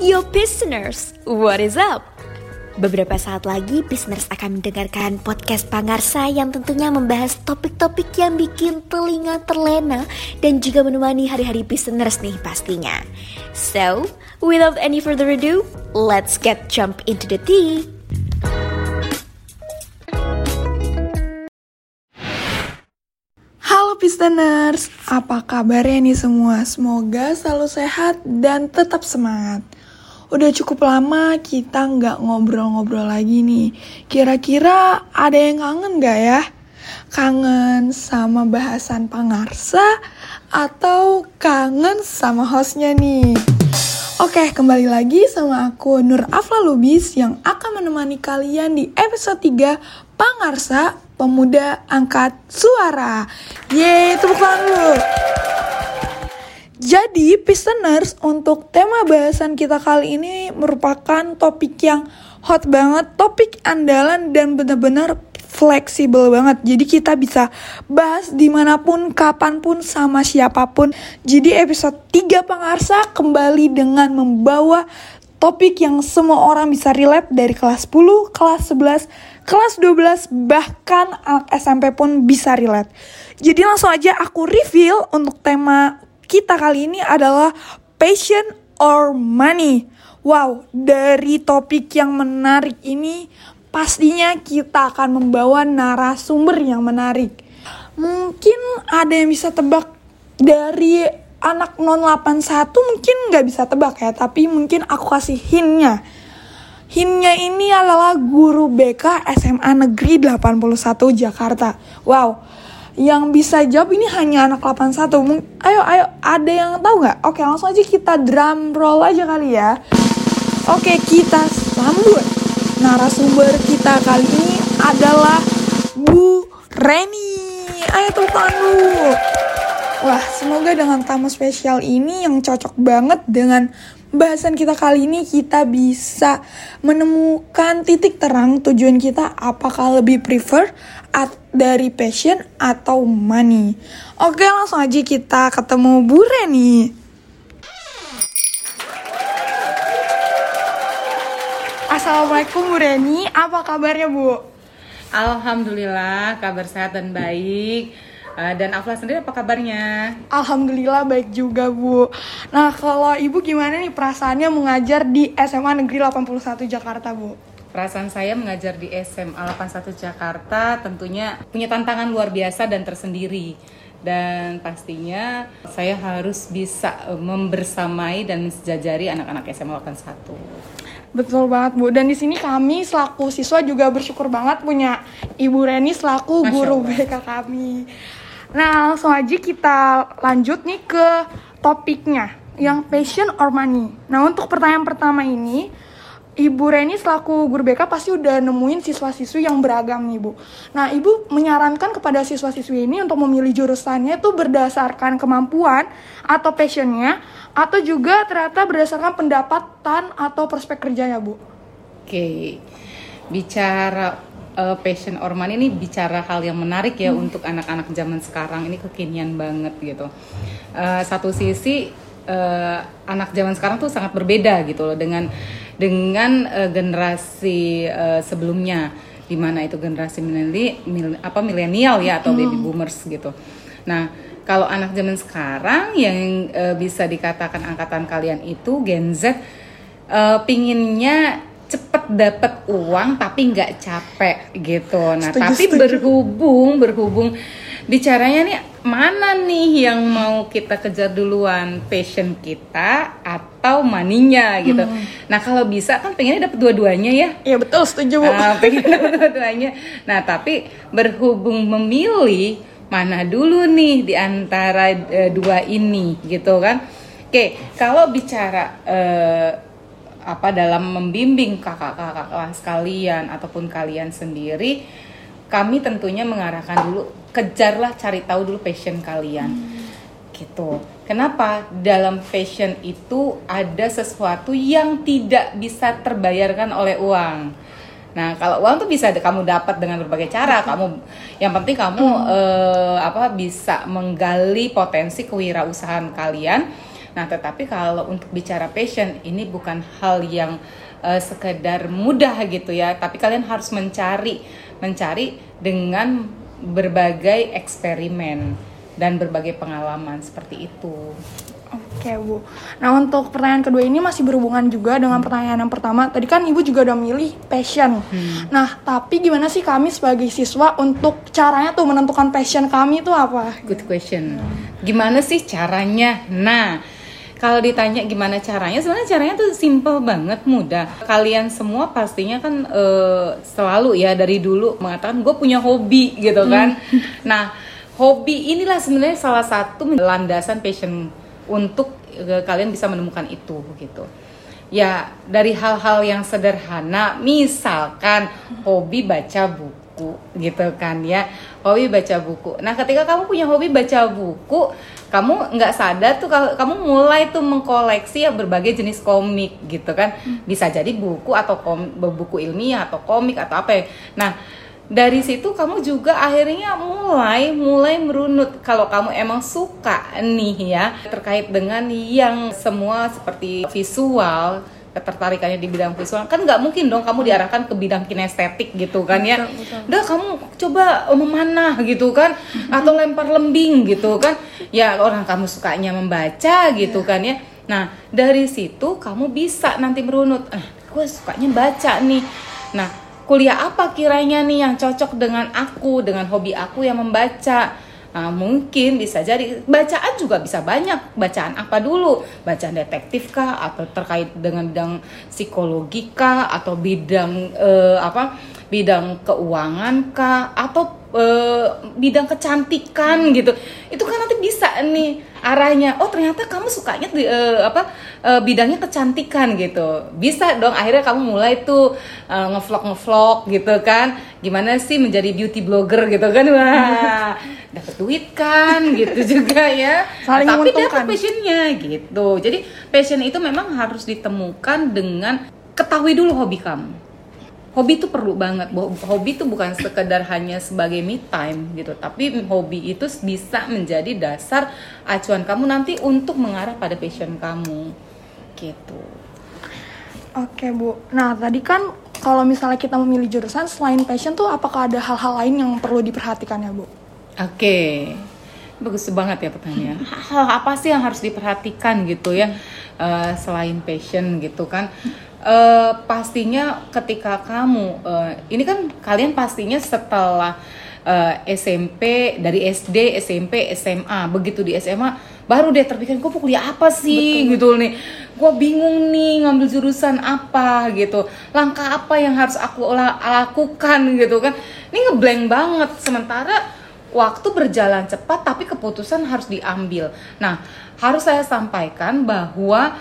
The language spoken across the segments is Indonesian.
Yo listeners, what is up? Beberapa saat lagi listeners akan mendengarkan podcast Pangarsa yang tentunya membahas topik-topik yang bikin telinga terlena dan juga menemani hari-hari listeners nih pastinya. So, without any further ado, let's get jump into the tea. Halo Pisteners, apa kabarnya nih semua? Semoga selalu sehat dan tetap semangat. Udah cukup lama kita nggak ngobrol-ngobrol lagi nih. Kira-kira ada yang kangen nggak ya? Kangen sama bahasan Pangarsa atau kangen sama hostnya nih? Oke, kembali lagi sama aku Nur Afla Lubis yang akan menemani kalian di episode 3 Pangarsa Pemuda Angkat Suara. Yeay, tepuk tangan dulu. Jadi, listeners, untuk tema bahasan kita kali ini merupakan topik yang hot banget, topik andalan dan benar-benar fleksibel banget. Jadi kita bisa bahas dimanapun, kapanpun, sama siapapun. Jadi episode 3 Pangarsa kembali dengan membawa topik yang semua orang bisa relate dari kelas 10, kelas 11, kelas 12, bahkan anak SMP pun bisa relate. Jadi langsung aja aku reveal untuk tema kita kali ini adalah passion or money. Wow, dari topik yang menarik ini pastinya kita akan membawa narasumber yang menarik. Mungkin ada yang bisa tebak dari anak non 81 mungkin nggak bisa tebak ya, tapi mungkin aku kasih hintnya. Hintnya ini adalah guru BK SMA Negeri 81 Jakarta. Wow, yang bisa jawab ini hanya anak 81. Ayo, ada yang tahu nggak? Oke, langsung aja kita drum roll aja kali ya. Oke, kita sambut narasumber kita kali ini adalah Bu Reni. Ayo tepuk tangan dulu. Wah, semoga dengan tamu spesial ini yang cocok banget dengan bahasan kita kali ini, kita bisa menemukan titik terang tujuan kita, apakah lebih prefer dari passion atau money. Oke, langsung aja kita ketemu Bu Reni. Assalamualaikum Bu Reni, apa kabarnya Bu? Alhamdulillah, kabar sehat dan baik. Dan Afla sendiri apa kabarnya? Alhamdulillah baik juga Bu. Nah, kalau Ibu gimana nih perasaannya mengajar di SMA Negeri 81 Jakarta Bu? Perasaan saya mengajar di SMA 81 Jakarta tentunya punya tantangan luar biasa dan tersendiri. Dan pastinya saya harus bisa membersamai dan menjajari anak-anak SMA 81. Betul banget Bu, dan di sini kami selaku siswa juga bersyukur banget punya Ibu Reni selaku guru BK kami. Nah, langsung aja kita lanjut nih ke topiknya, yang passion or money. Nah, untuk pertanyaan pertama ini, Ibu Reni selaku guru BK pasti udah nemuin siswa-siswi yang beragam nih Bu. Nah, Ibu menyarankan kepada siswa-siswi ini untuk memilih jurusannya itu berdasarkan kemampuan atau passionnya, atau juga ternyata berdasarkan pendapatan atau prospek kerjanya Bu? Oke, bicara passion or money ini bicara hal yang menarik ya untuk anak-anak zaman sekarang, ini kekinian banget gitu. Satu sisi anak zaman sekarang tuh sangat berbeda gitu loh dengan generasi sebelumnya, di mana itu generasi milenial ya atau baby boomers gitu. Nah, kalau anak zaman sekarang yang bisa dikatakan angkatan kalian itu Gen Z, pinginnya cepet dapet uang tapi nggak capek gitu. Nah, tapi berhubung bicaranya nih mana nih yang mau kita kejar duluan, passion kita atau maninya gitu. Nah, kalau bisa kan pengennya dapet dua-duanya ya. Iya betul, setuju Bu. Pengen dapet dua-duanya. Nah, tapi berhubung memilih mana dulu nih di antara dua ini gitu kan. Oke, kalau bicara dalam membimbing kakak-kakak kelas kalian ataupun kalian sendiri, kami tentunya mengarahkan dulu, kejarlah, cari tahu dulu passion kalian. Gitu. Kenapa? Dalam passion itu ada sesuatu yang tidak bisa terbayarkan oleh uang. Nah, kalau uang tuh bisa kamu dapat dengan berbagai cara. Yang penting kamu bisa menggali potensi kewirausahaan kalian Nah, tetapi kalau untuk bicara passion, ini bukan hal yang sekedar mudah gitu ya, tapi kalian harus mencari dengan berbagai eksperimen dan berbagai pengalaman seperti itu. Oke Bu. Nah untuk pertanyaan kedua ini masih berhubungan juga dengan pertanyaan yang pertama. Tadi kan Ibu juga udah milih passion. Nah tapi gimana sih kami sebagai siswa untuk caranya tuh menentukan passion kami itu apa? Good question. Gimana sih caranya? Nah, kalau ditanya gimana caranya, sebenarnya caranya tuh simple banget, mudah. Kalian semua pastinya kan selalu ya dari dulu mengatakan gue punya hobi gitu kan. Nah, hobi inilah sebenarnya salah satu landasan passion untuk kalian bisa menemukan itu gitu. Ya, dari hal-hal yang sederhana, misalkan hobi baca buku gitu kan ya. Hobi baca buku. Nah, ketika kamu punya hobi baca buku, kamu nggak sadar tuh kamu mulai tuh mengkoleksi ya berbagai jenis komik gitu kan. Bisa jadi buku atau buku ilmiah atau komik atau apa ya. Nah, dari situ kamu juga akhirnya mulai merunut kalau kamu emang suka nih ya terkait dengan yang semua seperti visual, ketertarikannya di bidang visual. Kan nggak mungkin dong kamu diarahkan ke bidang kinestetik gitu kan ya. Udah kamu coba memanah gitu kan, atau lempar lembing gitu kan. Ya orang kamu sukanya membaca gitu kan ya. Nah dari situ kamu bisa nanti merunut, gue sukanya baca nih. Nah kuliah apa kiranya nih yang cocok dengan aku, dengan hobi aku yang membaca. Nah, mungkin bisa jadi bacaan juga bisa banyak. Bacaan apa dulu? Bacaan detektif kah, atau terkait dengan bidang psikologi kah, atau bidang bidang keuangan kah, atau bidang kecantikan gitu. Itu kan nanti bisa nih arahnya. Oh ternyata kamu sukanya bidangnya kecantikan gitu. Bisa dong akhirnya kamu mulai tuh ngevlog gitu kan. Gimana sih menjadi beauty blogger gitu kan. Wah, dapat duit kan gitu juga ya. Saling tapi menguntungkan. dapat passionnya gitu. Jadi passion itu memang harus ditemukan dengan ketahui dulu hobi kamu. Hobi itu perlu banget. Hobi itu bukan sekedar hanya sebagai me time gitu, tapi hobi itu bisa menjadi dasar acuan kamu nanti untuk mengarah pada passion kamu gitu. Oke Bu. Nah tadi kan kalau misalnya kita memilih jurusan selain passion tuh apakah ada hal-hal lain yang perlu diperhatikan ya Bu? Oke. Bagus banget ya pertanyaan. Hal apa sih yang harus diperhatikan gitu ya selain passion gitu kan? Pastinya ketika kamu ini kan kalian pastinya setelah SMP, dari SD, SMP, SMA, begitu di SMA baru deh terpikir gue mau kuliah apa sih. Betul. Gitu nih, gue bingung nih ngambil jurusan apa gitu, langkah apa yang harus aku lakukan gitu kan. Ini ngeblank banget, sementara waktu berjalan cepat tapi keputusan harus diambil. Nah harus saya sampaikan bahwa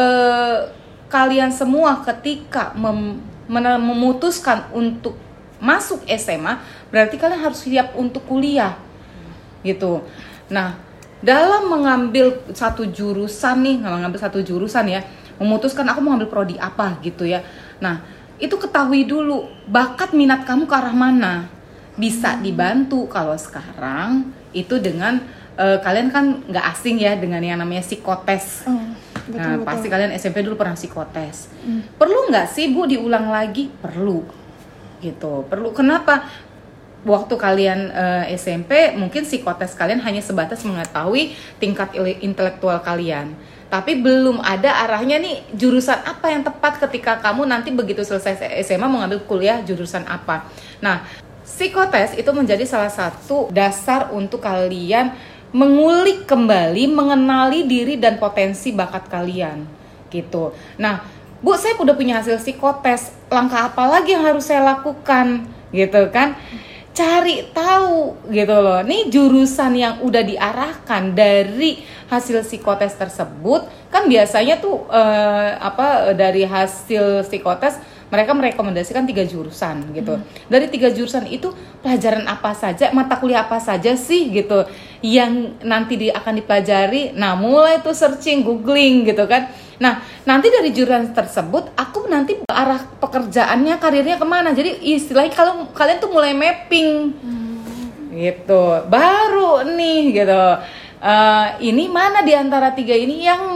kalian semua ketika memutuskan untuk masuk SMA, berarti kalian harus siap untuk kuliah gitu. Nah, dalam mengambil satu jurusan ya, memutuskan aku mau ambil prodi apa gitu ya. Nah, itu ketahui dulu bakat minat kamu ke arah mana. Bisa dibantu kalau sekarang itu dengan kalian kan nggak asing ya dengan yang namanya psikotes. Betul. Pasti kalian SMP dulu pernah psikotes. Perlu nggak sih Bu diulang lagi? Perlu, gitu. Perlu. Kenapa? Waktu kalian SMP mungkin psikotes kalian hanya sebatas mengetahui tingkat intelektual kalian, tapi belum ada arahnya nih jurusan apa yang tepat ketika kamu nanti begitu selesai SMA mau ngambil kuliah jurusan apa. Nah, psikotes itu menjadi salah satu dasar untuk kalian mengulik kembali, mengenali diri dan potensi bakat kalian gitu. Nah, Bu, saya udah punya hasil psikotes, langkah apa lagi yang harus saya lakukan gitu kan? Cari tahu gitu loh. Nih jurusan yang udah diarahkan dari hasil psikotes tersebut kan biasanya tuh dari hasil psikotes mereka merekomendasikan 3 jurusan gitu. Dari 3 jurusan itu pelajaran apa saja, mata kuliah apa saja sih gitu yang nanti akan dipelajari. Nah, mulai tuh searching, googling gitu kan. Nah, nanti dari jurusan tersebut aku nanti arah pekerjaannya, karirnya kemana. Jadi istilahnya kalau kalian tuh mulai mapping gitu. Baru nih gitu. ini mana di antara 3 ini yang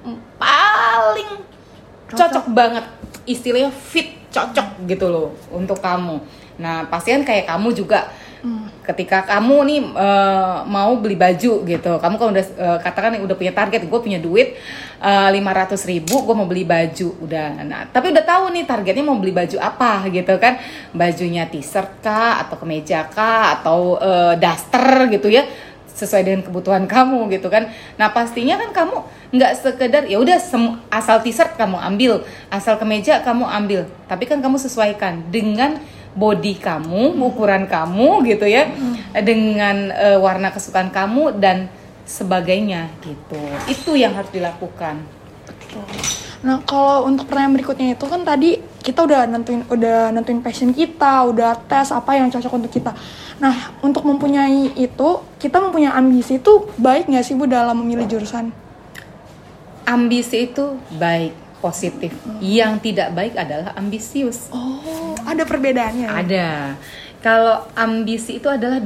paling cocok banget, istilahnya fit, cocok gitu loh untuk kamu. Nah pasti kan kayak kamu juga ketika kamu nih mau beli baju gitu, kamu kan udah katakan udah punya target, gue punya duit 500.000, gue mau beli baju, udah. Nah tapi udah tahu nih targetnya mau beli baju apa gitu kan, bajunya t-shirt kah, atau kemeja kah, atau daster gitu ya, sesuai dengan kebutuhan kamu gitu kan. Nah pastinya kan kamu nggak sekedar ya udah asal t-shirt kamu ambil, asal kemeja kamu ambil, tapi kan kamu sesuaikan dengan body kamu, ukuran kamu gitu ya, dengan warna kesukaan kamu dan sebagainya gitu. Itu yang harus dilakukan. Nah kalau untuk pertanyaan berikutnya itu kan tadi kita udah nentuin passion kita, udah tes apa yang cocok untuk kita. Nah untuk mempunyai itu, kita mempunyai ambisi itu baik nggak sih Bu dalam memilih jurusan? Ambisi itu baik, positif. Yang tidak baik adalah ambisius. Oh, ada perbedaannya? Ada. Kalau ambisi itu adalah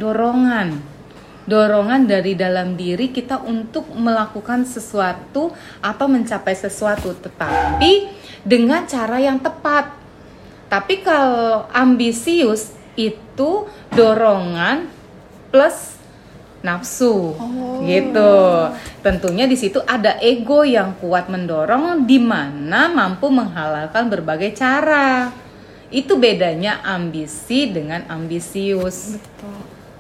dorongan dari dalam diri kita untuk melakukan sesuatu atau mencapai sesuatu, tetapi dengan cara yang tepat. Tapi kalau ambisius itu dorongan plus nafsu, gitu. Tentunya di situ ada ego yang kuat mendorong, di mana mampu menghalalkan berbagai cara. Itu bedanya ambisi dengan ambisius. Betul.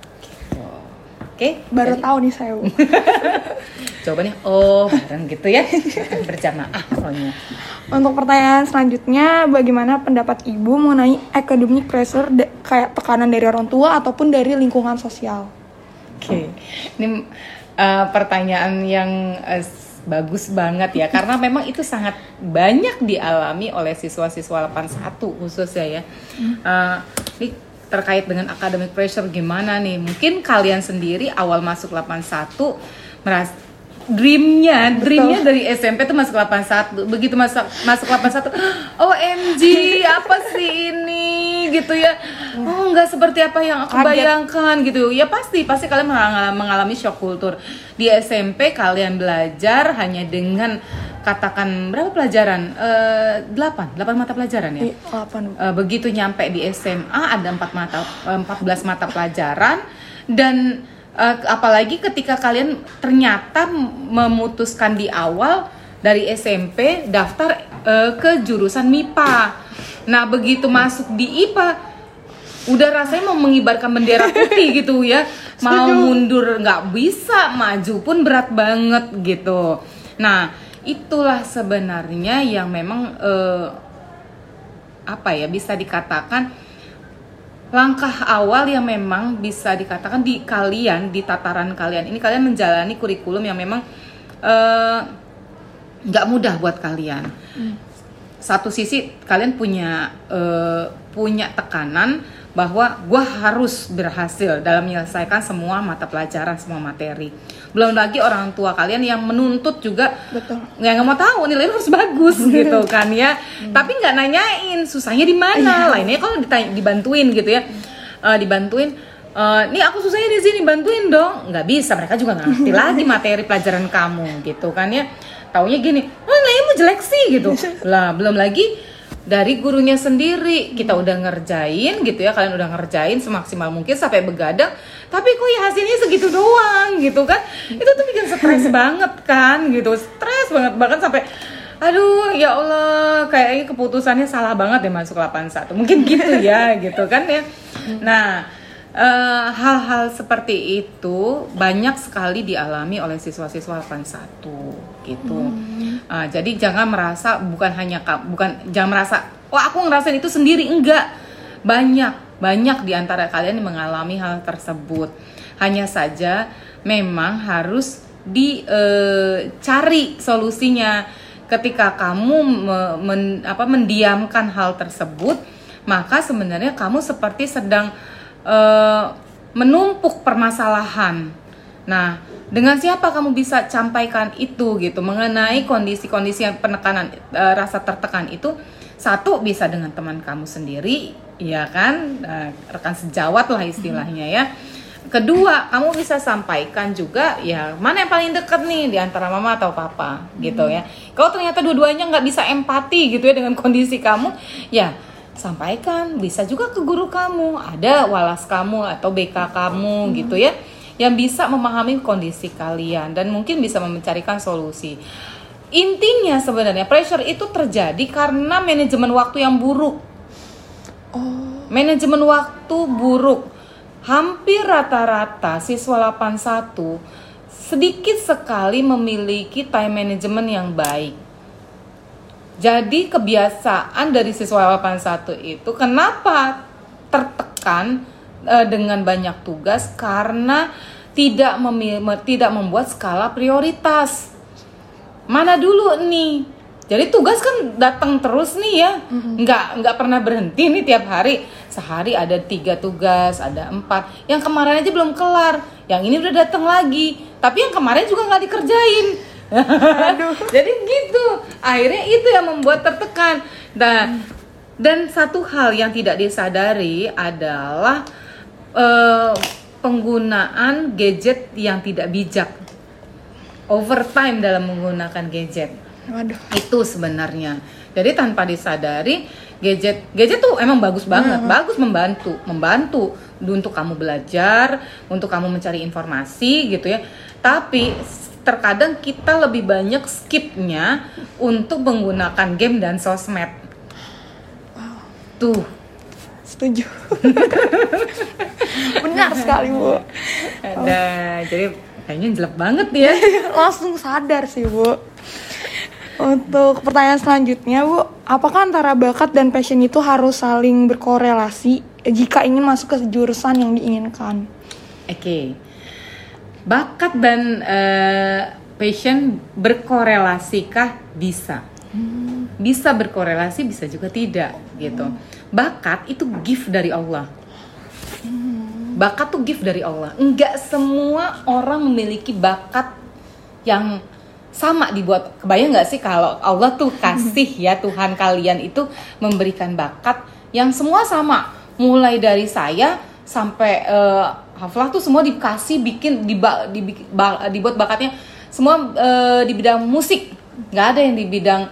Oke, baru tahu nih saya. Coba nih, bareng gitu ya, berjamaah soalnya. Untuk pertanyaan selanjutnya, bagaimana pendapat Ibu mengenai academic pressure kayak tekanan dari orang tua ataupun dari lingkungan sosial? Oke, ini pertanyaan yang bagus banget ya, karena memang itu sangat banyak dialami oleh siswa-siswa 81 khususnya ya. Ini terkait dengan academic pressure gimana nih? Mungkin kalian sendiri awal masuk 81 merasa dreamnya dari SMP tuh masuk 81. Begitu masuk 81, OMG apa sih ini gitu ya. Oh nggak seperti apa yang aku bayangkan gitu ya. Pasti kalian mengalami shock kultur. Di SMP kalian belajar hanya dengan katakan berapa pelajaran? 8 mata pelajaran ya. 8. Begitu nyampe di SMA ada 14 mata pelajaran, dan apalagi ketika kalian ternyata memutuskan di awal dari SMP daftar ke jurusan MIPA. Nah begitu masuk di IPA udah rasanya mau mengibarkan bendera putih gitu ya. Mau mundur nggak bisa, maju pun berat banget gitu. Nah itulah sebenarnya yang memang bisa dikatakan langkah awal yang memang bisa dikatakan di tataran kalian ini, kalian menjalani kurikulum yang memang nggak mudah buat kalian. Satu sisi kalian punya tekanan bahwa gue harus berhasil dalam menyelesaikan semua mata pelajaran, semua materi. Belum lagi orang tua kalian yang menuntut juga, nggak mau tahu nilainya harus bagus gitu kan ya. Tapi nggak nanyain susahnya di mana. Lainnya kalau dibantuin gitu ya, dibantuin. Nih aku susahnya di sini, bantuin dong. Nggak bisa, mereka juga nggak ngerti lagi materi pelajaran kamu gitu kan ya. Taunya gini, nilaimu jelek sih gitu. Lah belum lagi dari gurunya sendiri, kita udah ngerjain gitu ya, kalian udah ngerjain semaksimal mungkin sampai begadang, tapi kok ya hasilnya segitu doang gitu kan. Itu tuh bikin stres banget kan gitu, stres banget, bahkan sampai aduh ya Allah kayaknya keputusannya salah banget deh masuk 81, mungkin gitu ya gitu kan ya. Nah hal-hal seperti itu banyak sekali dialami oleh siswa-siswa 81 gitu. Jadi jangan merasa jangan merasa aku ngerasain itu sendiri, enggak. Banyak di antara kalian yang mengalami hal tersebut. Hanya saja memang harus dicari solusinya. Ketika kamu mendiamkan hal tersebut, maka sebenarnya kamu seperti sedang menumpuk permasalahan. Nah, dengan siapa kamu bisa sampaikan itu gitu, mengenai kondisi-kondisi yang penekanan, rasa tertekan itu? Satu, bisa dengan teman kamu sendiri, ya kan, rekan sejawat lah istilahnya ya. Kedua, kamu bisa sampaikan juga ya mana yang paling deket nih di antara mama atau papa gitu ya. Kalau ternyata dua-duanya nggak bisa empati gitu ya dengan kondisi kamu, ya sampaikan. Bisa juga ke guru kamu, ada walas kamu atau BK kamu gitu ya, yang bisa memahami kondisi kalian dan mungkin bisa mencarikan solusi. Intinya sebenarnya pressure itu terjadi karena manajemen waktu yang buruk. Manajemen waktu buruk. Hampir rata-rata siswa 81 sedikit sekali memiliki time management yang baik. Jadi kebiasaan dari siswa 81 itu kenapa tertekan dengan banyak tugas? Karena tidak membuat skala prioritas. Mana dulu nih? Jadi tugas kan datang terus nih ya, nggak pernah berhenti nih tiap hari. Sehari ada 3 tugas, ada 4. Yang kemarin aja belum kelar, yang ini udah datang lagi. Tapi yang kemarin juga nggak dikerjain. Jadi gitu. Akhirnya itu yang membuat tertekan. Dan satu hal yang tidak disadari adalah penggunaan gadget yang tidak bijak. Overtime dalam menggunakan gadget. Itu sebenarnya. Jadi tanpa disadari gadget tuh emang bagus banget, bagus membantu untuk kamu belajar, untuk kamu mencari informasi gitu ya. Tapi terkadang kita lebih banyak skipnya untuk menggunakan game dan sosmed. Tuh. Setuju. Benar sekali, Bu. Jadi kayaknya jelek banget ya. Langsung sadar sih, Bu. Untuk pertanyaan selanjutnya, Bu, apakah antara bakat dan passion itu harus saling berkorelasi jika ingin masuk ke jurusan yang diinginkan? Oke. Bakat dan passion berkorelasikah? Bisa. Bisa berkorelasi, bisa juga tidak gitu. Bakat itu gift dari Allah. Bakat tuh gift dari Allah. Enggak semua orang memiliki bakat yang sama dibuat. Kebayang nggak sih kalau Allah tuh kasih ya, Tuhan kalian itu memberikan bakat yang semua sama, mulai dari saya sampai Haflah tuh semua dikasih dibuat bakatnya semua di bidang musik, nggak ada yang di bidang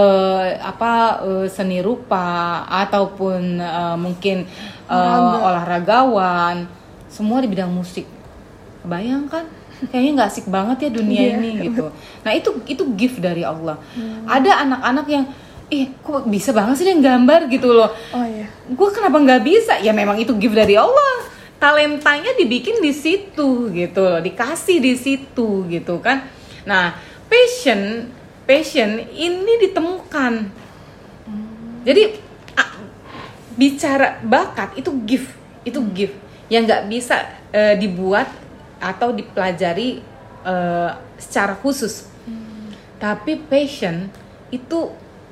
seni rupa ataupun mungkin olahragawan, semua di bidang musik. Kebayangkan? Kayaknya nggak asik banget ya dunia ini gitu. Nah itu gift dari Allah. Ada anak-anak yang kok bisa banget sih dia gambar gitu loh. Gue kenapa nggak bisa? Ya memang itu gift dari Allah. Talentanya dibikin di situ gitu loh, dikasih di situ gitu kan. Nah passion ini ditemukan. Jadi bicara bakat itu gift yang nggak bisa dibuat atau dipelajari secara khusus. Tapi passion itu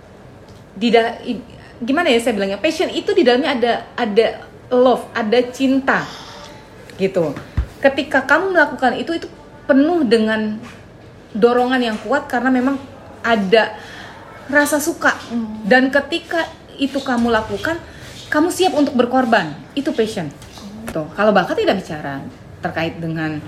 gimana ya saya bilangnya? Passion itu di dalamnya ada love, ada cinta. Gitu. Ketika kamu melakukan itu penuh dengan dorongan yang kuat karena memang ada rasa suka. Dan ketika itu kamu lakukan, kamu siap untuk berkorban. Itu passion. Tuh, kalau bakat tidak bicara terkait dengan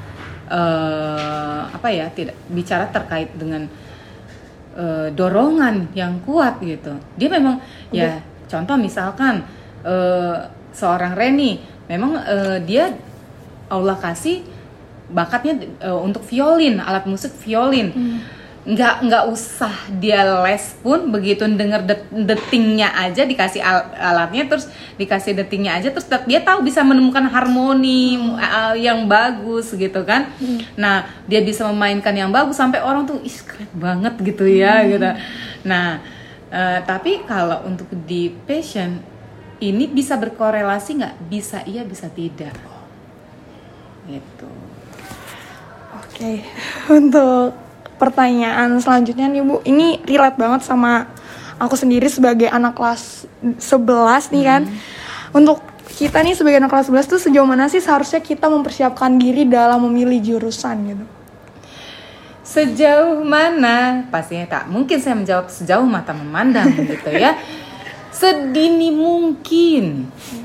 tidak bicara terkait dengan dorongan yang kuat gitu. Dia memang ya contoh misalkan seorang Reni memang dia Allah kasih bakatnya untuk violin, alat musik violin. Nggak usah dia les pun, begitu denger detingnya aja, dikasih alatnya terus dikasih detingnya aja, terus dia tahu bisa menemukan harmoni yang bagus gitu kan. Nah dia bisa memainkan yang bagus sampai orang tuh keren banget gitu ya gitu. Nah tapi kalau untuk di passion ini bisa berkorelasi nggak? Bisa iya, bisa tidak gitu. Oke. Untuk pertanyaan selanjutnya nih Bu, ini relate banget sama aku sendiri sebagai anak kelas 11 nih kan. Untuk kita nih sebagai anak kelas 11 tuh sejauh mana sih seharusnya kita mempersiapkan diri dalam memilih jurusan gitu? Sejauh mana? Pastinya tak mungkin saya menjawab sejauh mata memandang gitu ya. Sedini mungkin.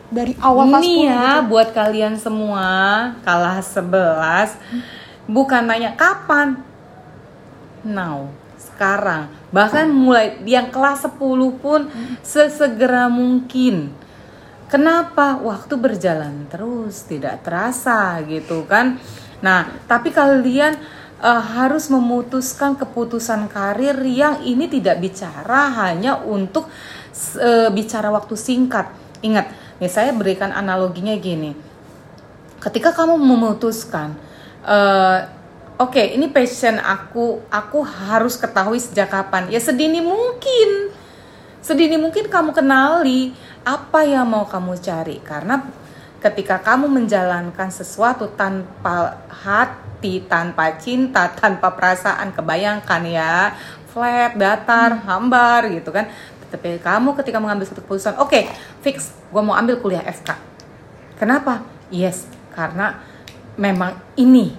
dari awal kelas 10 Ini ya gitu. buat kalian semua kelas 11 bukan nanya kapan, now, sekarang. Bahkan mulai yang kelas 10 pun sesegera mungkin. Kenapa? Waktu berjalan terus, tidak terasa gitu kan. Nah, tapi kalian harus memutuskan keputusan karir yang ini tidak bicara hanya untuk bicara waktu singkat. Ingat, nih saya berikan analoginya gini. Ketika kamu memutuskan, oke, ini passion aku harus ketahui sejak kapan. Ya sedini mungkin kamu kenali apa yang mau kamu cari. Karena ketika kamu menjalankan sesuatu tanpa hati, tanpa cinta, tanpa perasaan, kebayangkan ya, flat, datar, hambar gitu kan. Tapi kamu ketika mengambil satu keputusan, oke, fix, gue mau ambil kuliah FK. Kenapa? Yes, karena memang ini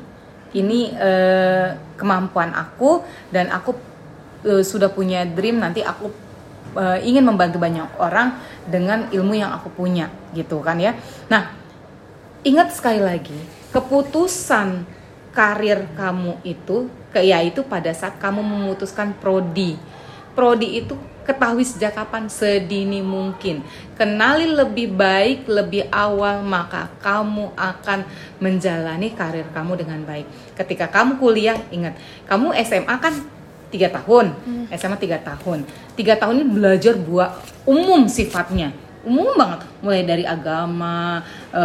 kemampuan aku dan aku sudah punya dream nanti aku ingin membantu banyak orang dengan ilmu yang aku punya gitu kan ya. Nah, ingat sekali lagi, keputusan karir kamu itu yaitu pada saat kamu memutuskan prodi itu ketahui sejak kapan, sedini mungkin. Kenali lebih baik, lebih awal, maka kamu akan menjalani karir kamu dengan baik. Ketika kamu kuliah, ingat, kamu SMA kan 3 tahun, SMA 3 tahun. 3 tahun ini belajar buat umum sifatnya, umum banget. Mulai dari agama,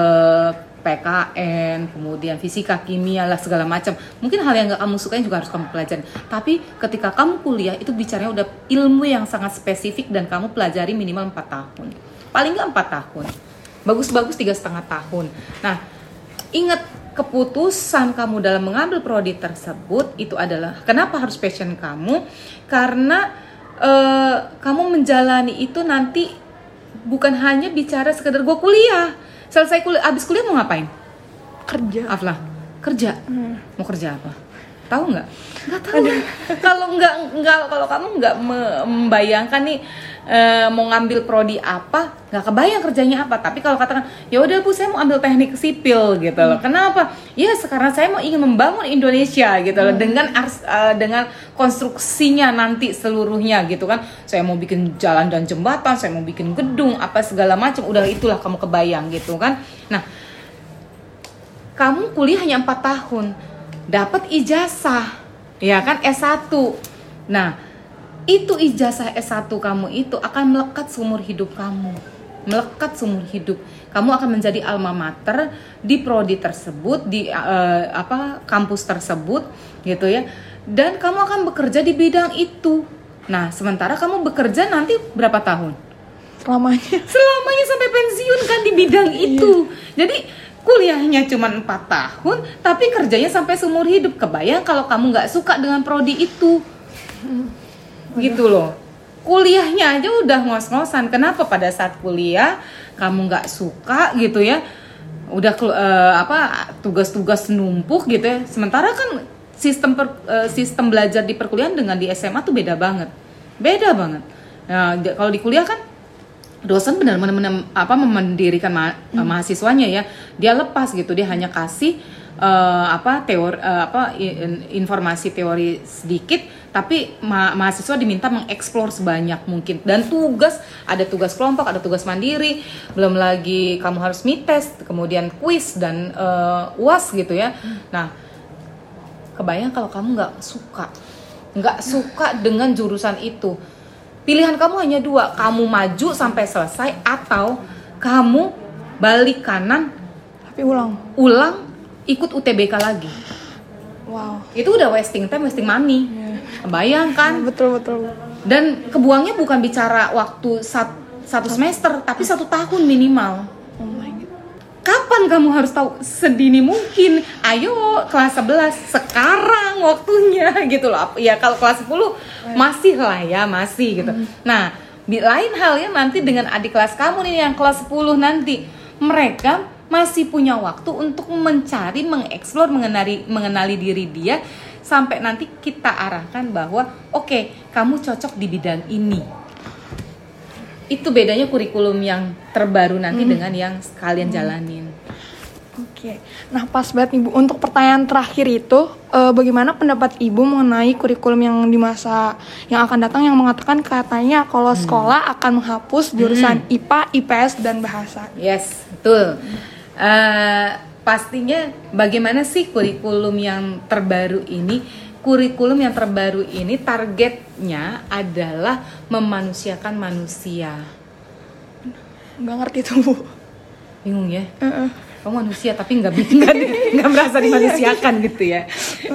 PKN, kemudian fisika, kimia lah segala macam. Mungkin hal yang gak kamu sukain juga harus kamu pelajari. Tapi ketika kamu kuliah itu bicaranya udah ilmu yang sangat spesifik dan kamu pelajari minimal 4 tahun. Paling gak 4 tahun. Bagus-bagus 3,5 tahun. Nah, ingat, keputusan kamu dalam mengambil prodi tersebut itu adalah kenapa harus passion kamu? Karena kamu menjalani itu nanti bukan hanya bicara sekedar gue kuliah. Selesai kuliah, abis kuliah mau ngapain? Kerja. Aflah, kerja. Mau kerja apa? Tahu nggak? Nggak tahu. Kalau kamu nggak membayangkan nih mau ngambil prodi apa, nggak kebayang kerjanya apa. Tapi kalau katakan, ya udah Bu, saya mau ambil teknik sipil gitu loh. Kenapa? Ya sekarang saya mau ingin membangun Indonesia gitu loh dengan konstruksinya nanti seluruhnya gitu kan. Saya mau bikin jalan dan jembatan, saya mau bikin gedung apa segala macam. Udah itulah kamu kebayang gitu kan. Nah, kamu kuliah hanya 4 tahun. Dapat ijazah, ya kan, S1. Nah, itu ijazah S1 kamu itu akan melekat seumur hidup kamu. Melekat seumur hidup. Kamu akan menjadi alma mater di prodi tersebut, di kampus tersebut gitu ya. Dan kamu akan bekerja di bidang itu. Nah, sementara kamu bekerja nanti berapa tahun? Selamanya sampai pensiun kan di bidang itu. Jadi kuliahnya cuma 4 tahun, tapi kerjanya sampai seumur hidup. Kebayang kalau kamu nggak suka dengan prodi itu, gitu loh. Kuliahnya aja udah ngos-ngosan. Kenapa pada saat kuliah kamu nggak suka gitu ya? Udah tugas-tugas numpuk gitu ya. Sementara kan sistem belajar di perkuliahan dengan di SMA tuh beda banget. Nah, kalau di kuliah kan dosen benar-benar mendirikan mahasiswanya ya. Dia lepas gitu, dia hanya kasih informasi teori sedikit, tapi mahasiswa diminta mengeksplor sebanyak mungkin. Dan ada tugas kelompok, ada tugas mandiri, belum lagi kamu harus meet test, kemudian quiz dan UAS gitu ya. Nah, kebayang kalau kamu nggak suka dengan jurusan itu. Pilihan kamu hanya 2, kamu maju sampai selesai atau kamu balik kanan tapi ulang ikut UTBK lagi. Wow. Itu udah wasting time, wasting money. Bayangkan. Betul. Dan kebuangnya bukan bicara waktu satu semester, tapi 1 tahun minimal. Oh my God. Kapan kamu harus tahu? Sedini mungkin. Ayo kelas 11 sekarang waktunya gitu loh. Ya kalau kelas 10 masih gitu. Nah, lain halnya nanti dengan adik kelas kamu nih yang kelas 10 nanti. Mereka masih punya waktu untuk mencari, mengeksplor, mengenali diri dia sampai nanti kita arahkan bahwa oke, kamu cocok di bidang ini. itu bedanya kurikulum yang terbaru nanti dengan yang kalian jalanin. Oke. Nah, pas banget Ibu. Untuk pertanyaan terakhir itu, bagaimana pendapat Ibu mengenai kurikulum yang di masa yang akan datang yang mengatakan katanya kalau sekolah akan menghapus jurusan IPA, IPS, dan bahasa? Yes, betul. Pastinya bagaimana sih kurikulum yang terbaru ini? Kurikulum yang terbaru ini targetnya adalah memanusiakan manusia. Nggak ngerti tuh, Bu. Bingung ya? Kamu manusia tapi nggak merasa dimanusiakan gitu ya.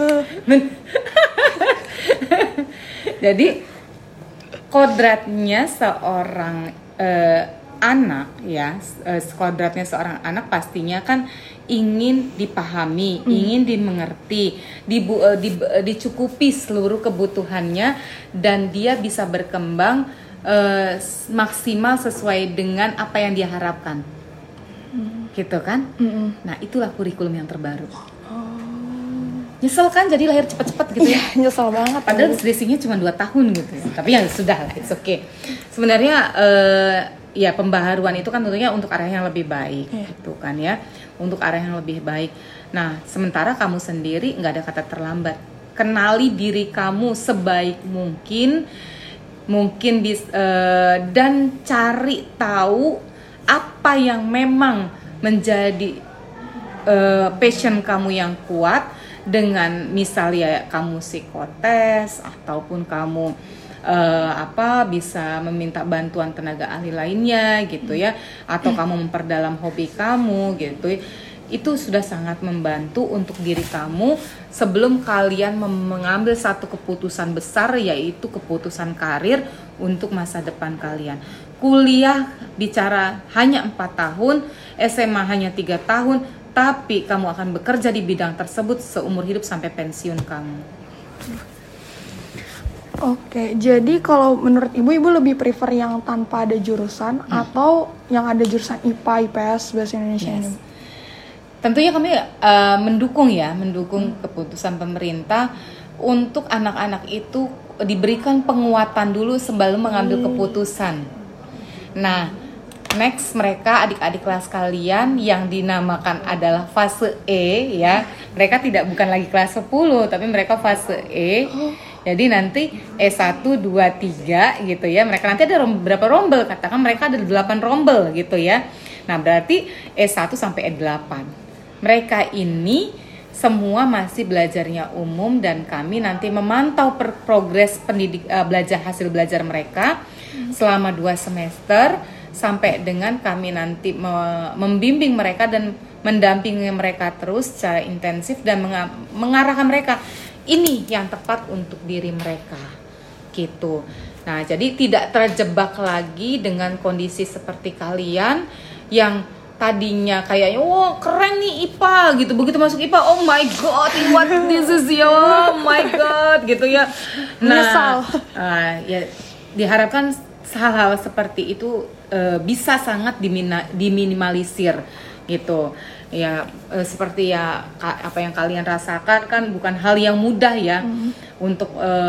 Jadi kodratnya seorang anak ya, kodratnya seorang anak pastinya kan ingin dipahami, ingin dimengerti, dicukupi seluruh kebutuhannya dan dia bisa berkembang maksimal sesuai dengan apa yang dia harapkan. Gitu kan? Nah, itulah kurikulum yang terbaru. Nyesel kan jadi lahir cepet-cepet gitu ya? Nyesel banget. Padahal selisihnya cuma 2 tahun gitu ya. Tapi ya sudah lah, it's okay. Sebenarnya ya pembaharuan itu kan tentunya untuk arah yang lebih baik gitu kan ya. Untuk arah yang lebih baik. Nah, sementara kamu sendiri nggak ada kata terlambat. Kenali diri kamu sebaik mungkin dan cari tahu apa yang memang menjadi passion kamu yang kuat dengan misalnya kamu psikotes ataupun kamu bisa meminta bantuan tenaga ahli lainnya gitu ya, atau kamu memperdalam hobi kamu gitu. Itu sudah sangat membantu untuk diri kamu sebelum kalian mengambil satu keputusan besar, yaitu keputusan karir untuk masa depan kalian. Kuliah bicara hanya 4 tahun, SMA hanya 3 tahun, tapi kamu akan bekerja di bidang tersebut seumur hidup sampai pensiun kamu. Oke, jadi kalau menurut Ibu lebih prefer yang tanpa ada jurusan atau yang ada jurusan IPA, IPS, Bahasa Indonesia ini? Tentunya kami mendukung keputusan pemerintah untuk anak-anak itu diberikan penguatan dulu sebelum mengambil keputusan. Nah, next mereka adik-adik kelas kalian yang dinamakan adalah fase E ya. Mereka bukan lagi kelas 10 tapi mereka fase E. Jadi nanti E1, 2, 3 gitu ya. Mereka nanti ada berapa rombel? Katakan mereka ada 8 rombel gitu ya. Nah, berarti E1 sampai E8. Mereka ini semua masih belajarnya umum dan kami nanti memantau progres hasil belajar mereka selama 2 semester sampai dengan kami nanti membimbing mereka dan mendampingi mereka terus secara intensif dan mengarahkan mereka ini yang tepat untuk diri mereka gitu. Nah, jadi tidak terjebak lagi dengan kondisi seperti kalian yang tadinya kayaknya keren nih IPA gitu, begitu masuk IPA oh my god what this is ya, oh my god gitu ya. Nah, ya diharapkan hal-hal seperti itu bisa sangat diminimalisir gitu ya. Seperti ya apa yang kalian rasakan kan bukan hal yang mudah ya untuk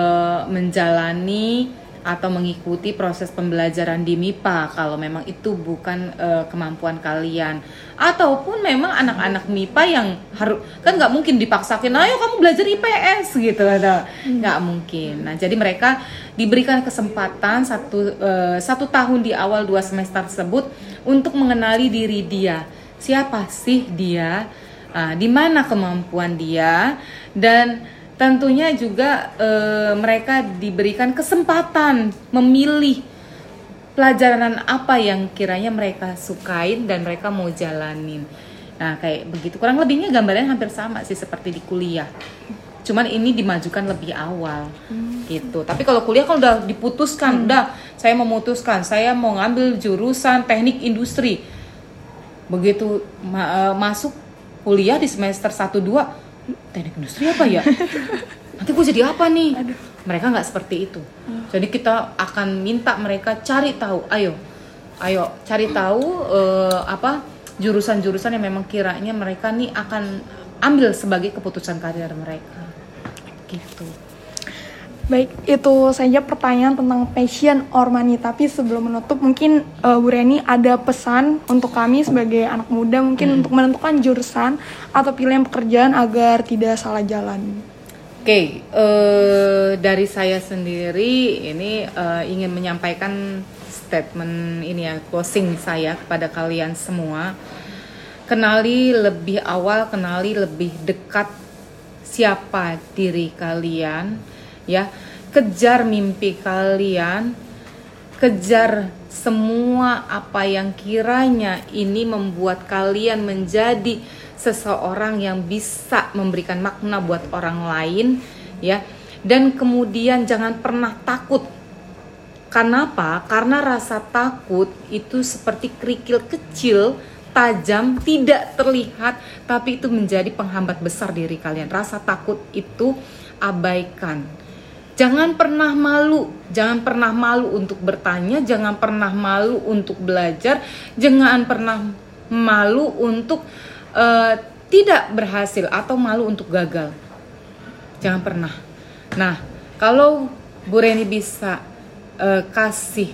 menjalani atau mengikuti proses pembelajaran di MIPA kalau memang itu bukan kemampuan kalian, ataupun memang anak-anak MIPA yang kan nggak mungkin dipaksakan ayo kamu belajar IPS gitu nggak mungkin. Nah, jadi mereka diberikan kesempatan satu tahun di awal 2 semester tersebut untuk mengenali diri dia, siapa sih dia, di mana kemampuan dia, dan tentunya juga mereka diberikan kesempatan memilih pelajaran apa yang kiranya mereka sukain dan mereka mau jalanin. Nah, kayak begitu. Kurang lebihnya gambarnya hampir sama sih seperti di kuliah. Cuman ini dimajukan lebih awal gitu. Tapi kalau kuliah kan udah diputuskan, saya memutuskan, saya mau ngambil jurusan teknik industri. Begitu masuk kuliah di semester 1-2, teknik industri apa ya? Nanti gue jadi apa nih? Mereka nggak seperti itu. Jadi kita akan minta mereka cari tahu. Ayo cari tahu jurusan-jurusan yang memang kiranya mereka nih akan ambil sebagai keputusan karir mereka. Gitu. Baik, itu saja pertanyaan tentang passion or money. Tapi sebelum menutup, mungkin Bu Reni ada pesan untuk kami sebagai anak muda, mungkin untuk menentukan jurusan atau pilihan pekerjaan agar tidak salah jalan. Oke, dari saya sendiri ini ingin menyampaikan statement ini ya, closing saya kepada kalian semua. Kenali lebih awal, kenali lebih dekat siapa diri kalian, ya. Kejar mimpi kalian, kejar semua apa yang kiranya ini membuat kalian menjadi seseorang yang bisa memberikan makna buat orang lain, ya. Dan kemudian jangan pernah takut. Kenapa? Karena rasa takut itu seperti kerikil kecil, tajam, tidak terlihat, tapi itu menjadi penghambat besar diri kalian. Rasa takut itu abaikan. Jangan pernah malu untuk bertanya, jangan pernah malu untuk belajar, jangan pernah malu untuk tidak berhasil atau malu untuk gagal. Jangan pernah. Nah, kalau Bu Reni bisa kasih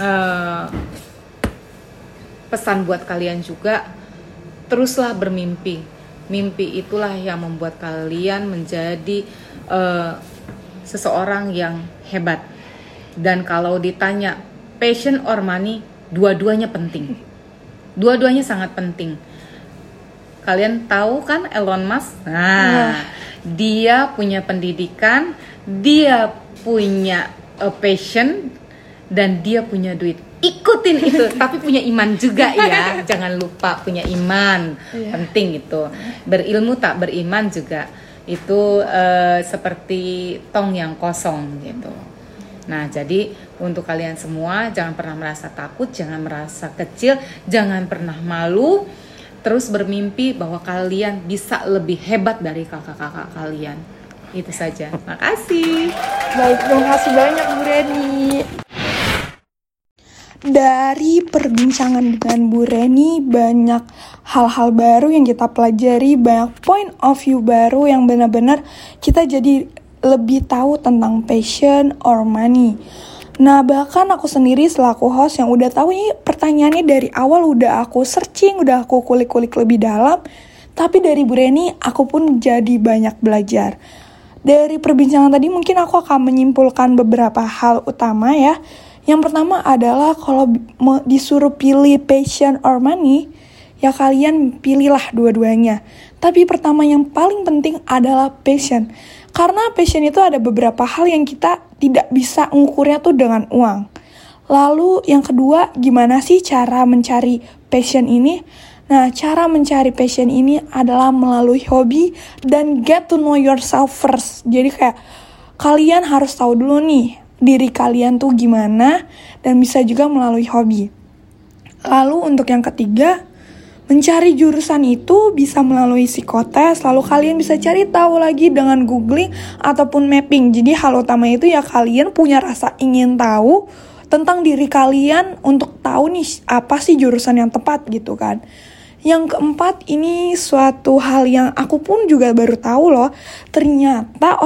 pesan buat kalian juga, teruslah bermimpi. Mimpi itulah yang membuat kalian menjadi seseorang yang hebat. Dan kalau ditanya passion or money, dua-duanya penting. Dua-duanya sangat penting. Kalian tahu kan Elon Musk? Nah, dia punya pendidikan, dia punya passion, dan dia punya duit. Ikutin itu, tapi punya iman juga ya. Jangan lupa punya iman, penting itu. Berilmu tak beriman juga itu seperti tong yang kosong gitu. Nah, jadi untuk kalian semua jangan pernah merasa takut, jangan merasa kecil, jangan pernah malu. Terus bermimpi bahwa kalian bisa lebih hebat dari kakak-kakak kalian. Itu saja. Makasih. Baik, terima kasih banyak Bu Reni. Dari perbincangan dengan Bu Reni, banyak hal-hal baru yang kita pelajari, banyak point of view baru yang benar-benar kita jadi lebih tahu tentang passion or money. Nah, bahkan aku sendiri selaku host yang udah tahu ini pertanyaannya dari awal, udah aku searching, udah aku kulik-kulik lebih dalam, tapi dari Bu Reni aku pun jadi banyak belajar. Dari perbincangan tadi mungkin aku akan menyimpulkan beberapa hal utama ya. Yang pertama adalah kalau disuruh pilih passion or money, ya kalian pilihlah dua-duanya. Tapi pertama yang paling penting adalah passion. Karena passion itu ada beberapa hal yang kita tidak bisa mengukurnya tuh dengan uang. Lalu yang kedua, gimana sih cara mencari passion ini? Nah, cara mencari passion ini adalah melalui hobi dan get to know yourself first. Jadi kayak kalian harus tahu dulu nih diri kalian tuh gimana, dan bisa juga melalui hobi. Lalu untuk yang ketiga, mencari jurusan itu bisa melalui psikotes, lalu kalian bisa cari tahu lagi dengan googling ataupun mapping. Jadi hal utama itu ya kalian punya rasa ingin tahu tentang diri kalian untuk tahu nih apa sih jurusan yang tepat gitu kan. Yang keempat, ini suatu hal yang aku pun juga baru tahu loh. Ternyata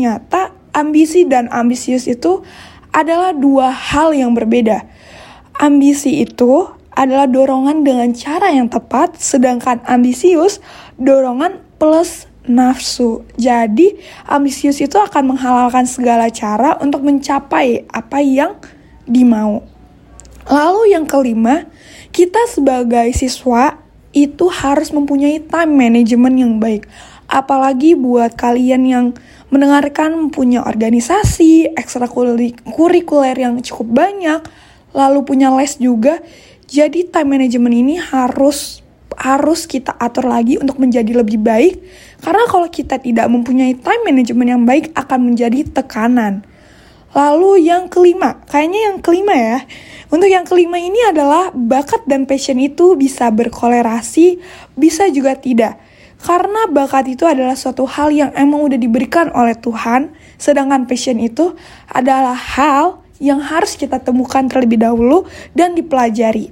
ambisi dan ambisius itu adalah dua hal yang berbeda. Ambisi itu adalah dorongan dengan cara yang tepat, sedangkan ambisius dorongan plus nafsu. Jadi, ambisius itu akan menghalalkan segala cara untuk mencapai apa yang dimau. Lalu yang kelima, kita sebagai siswa itu harus mempunyai time management yang baik. Apalagi buat kalian yang mendengarkan punya organisasi, ekstrakurikuler yang cukup banyak, lalu punya les juga. Jadi time management ini harus kita atur lagi untuk menjadi lebih baik. Karena kalau kita tidak mempunyai time management yang baik akan menjadi tekanan. Lalu yang kelima, ya. Untuk yang kelima ini adalah bakat dan passion itu bisa berkolerasi, bisa juga tidak. Karena bakat itu adalah suatu hal yang emang udah diberikan oleh Tuhan, sedangkan passion itu adalah hal yang harus kita temukan terlebih dahulu dan dipelajari.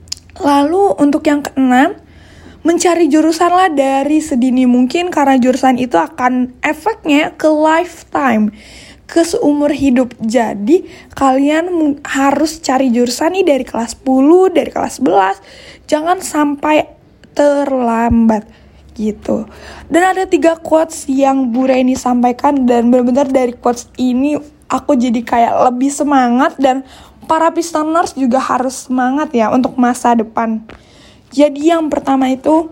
Lalu untuk yang keenam, mencari jurusanlah dari sedini mungkin karena jurusan itu akan efeknya ke lifetime. ke seumur hidup. Jadi kalian harus cari jurusan nih dari kelas 10, dari kelas 11. Jangan sampai terlambat gitu. Dan ada 3 quotes yang Bu Reni sampaikan, dan benar-benar dari quotes ini aku jadi kayak lebih semangat, dan para Pistoners juga harus semangat ya untuk masa depan. Jadi yang pertama itu,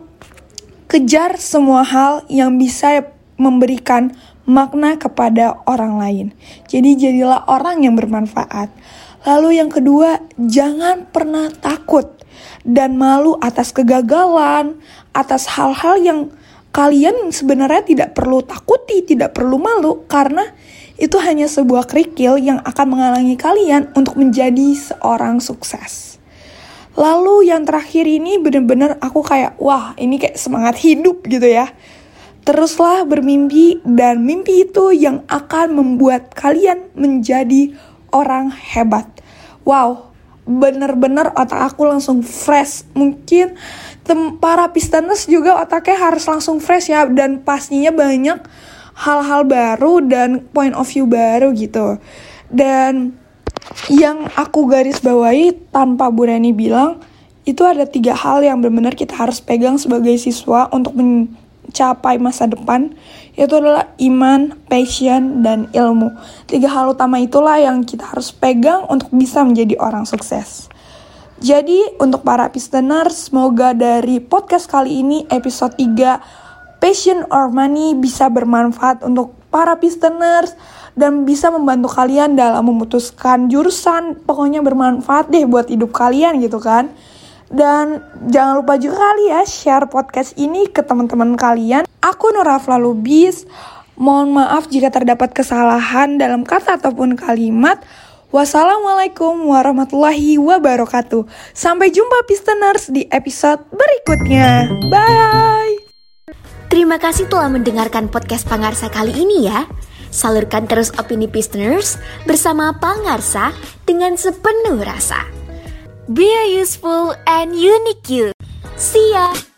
kejar semua hal yang bisa memberikan makna kepada orang lain. Jadi jadilah orang yang bermanfaat. Lalu yang kedua, jangan pernah takut dan malu atas kegagalan, atas hal-hal yang kalian sebenarnya tidak perlu takuti, tidak perlu malu, karena itu hanya sebuah kerikil yang akan menghalangi kalian untuk menjadi seorang sukses. Lalu yang terakhir ini benar-benar aku kayak, wah ini kayak semangat hidup gitu ya. Teruslah bermimpi, dan mimpi itu yang akan membuat kalian menjadi orang hebat. Wow, bener-bener otak aku langsung fresh. Mungkin para Pistoners juga otaknya harus langsung fresh ya, dan pastinya banyak hal-hal baru dan point of view baru gitu. Dan yang aku garis bawahi tanpa Bu Reni bilang, itu ada 3 hal yang benar-benar kita harus pegang sebagai siswa untuk mencapai masa depan, yaitu adalah iman, passion, dan ilmu. 3 hal utama itulah yang kita harus pegang untuk bisa menjadi orang sukses. Jadi untuk para Pistoners, semoga dari podcast kali ini episode 3 Passion or Money bisa bermanfaat untuk para Pistoners dan bisa membantu kalian dalam memutuskan jurusan. Pokoknya bermanfaat deh buat hidup kalian gitu kan. Dan jangan lupa juga kali ya share podcast ini ke teman-teman kalian. Aku Nurafla Lubis. Mohon maaf jika terdapat kesalahan dalam kata ataupun kalimat. Wassalamualaikum warahmatullahi wabarakatuh. Sampai jumpa Pistoners di episode berikutnya. Bye. Terima kasih telah mendengarkan podcast Pangarsa kali ini ya. Salurkan terus opini Pistoners bersama Pangarsa dengan sepenuh rasa. Be a useful and unique you. See ya!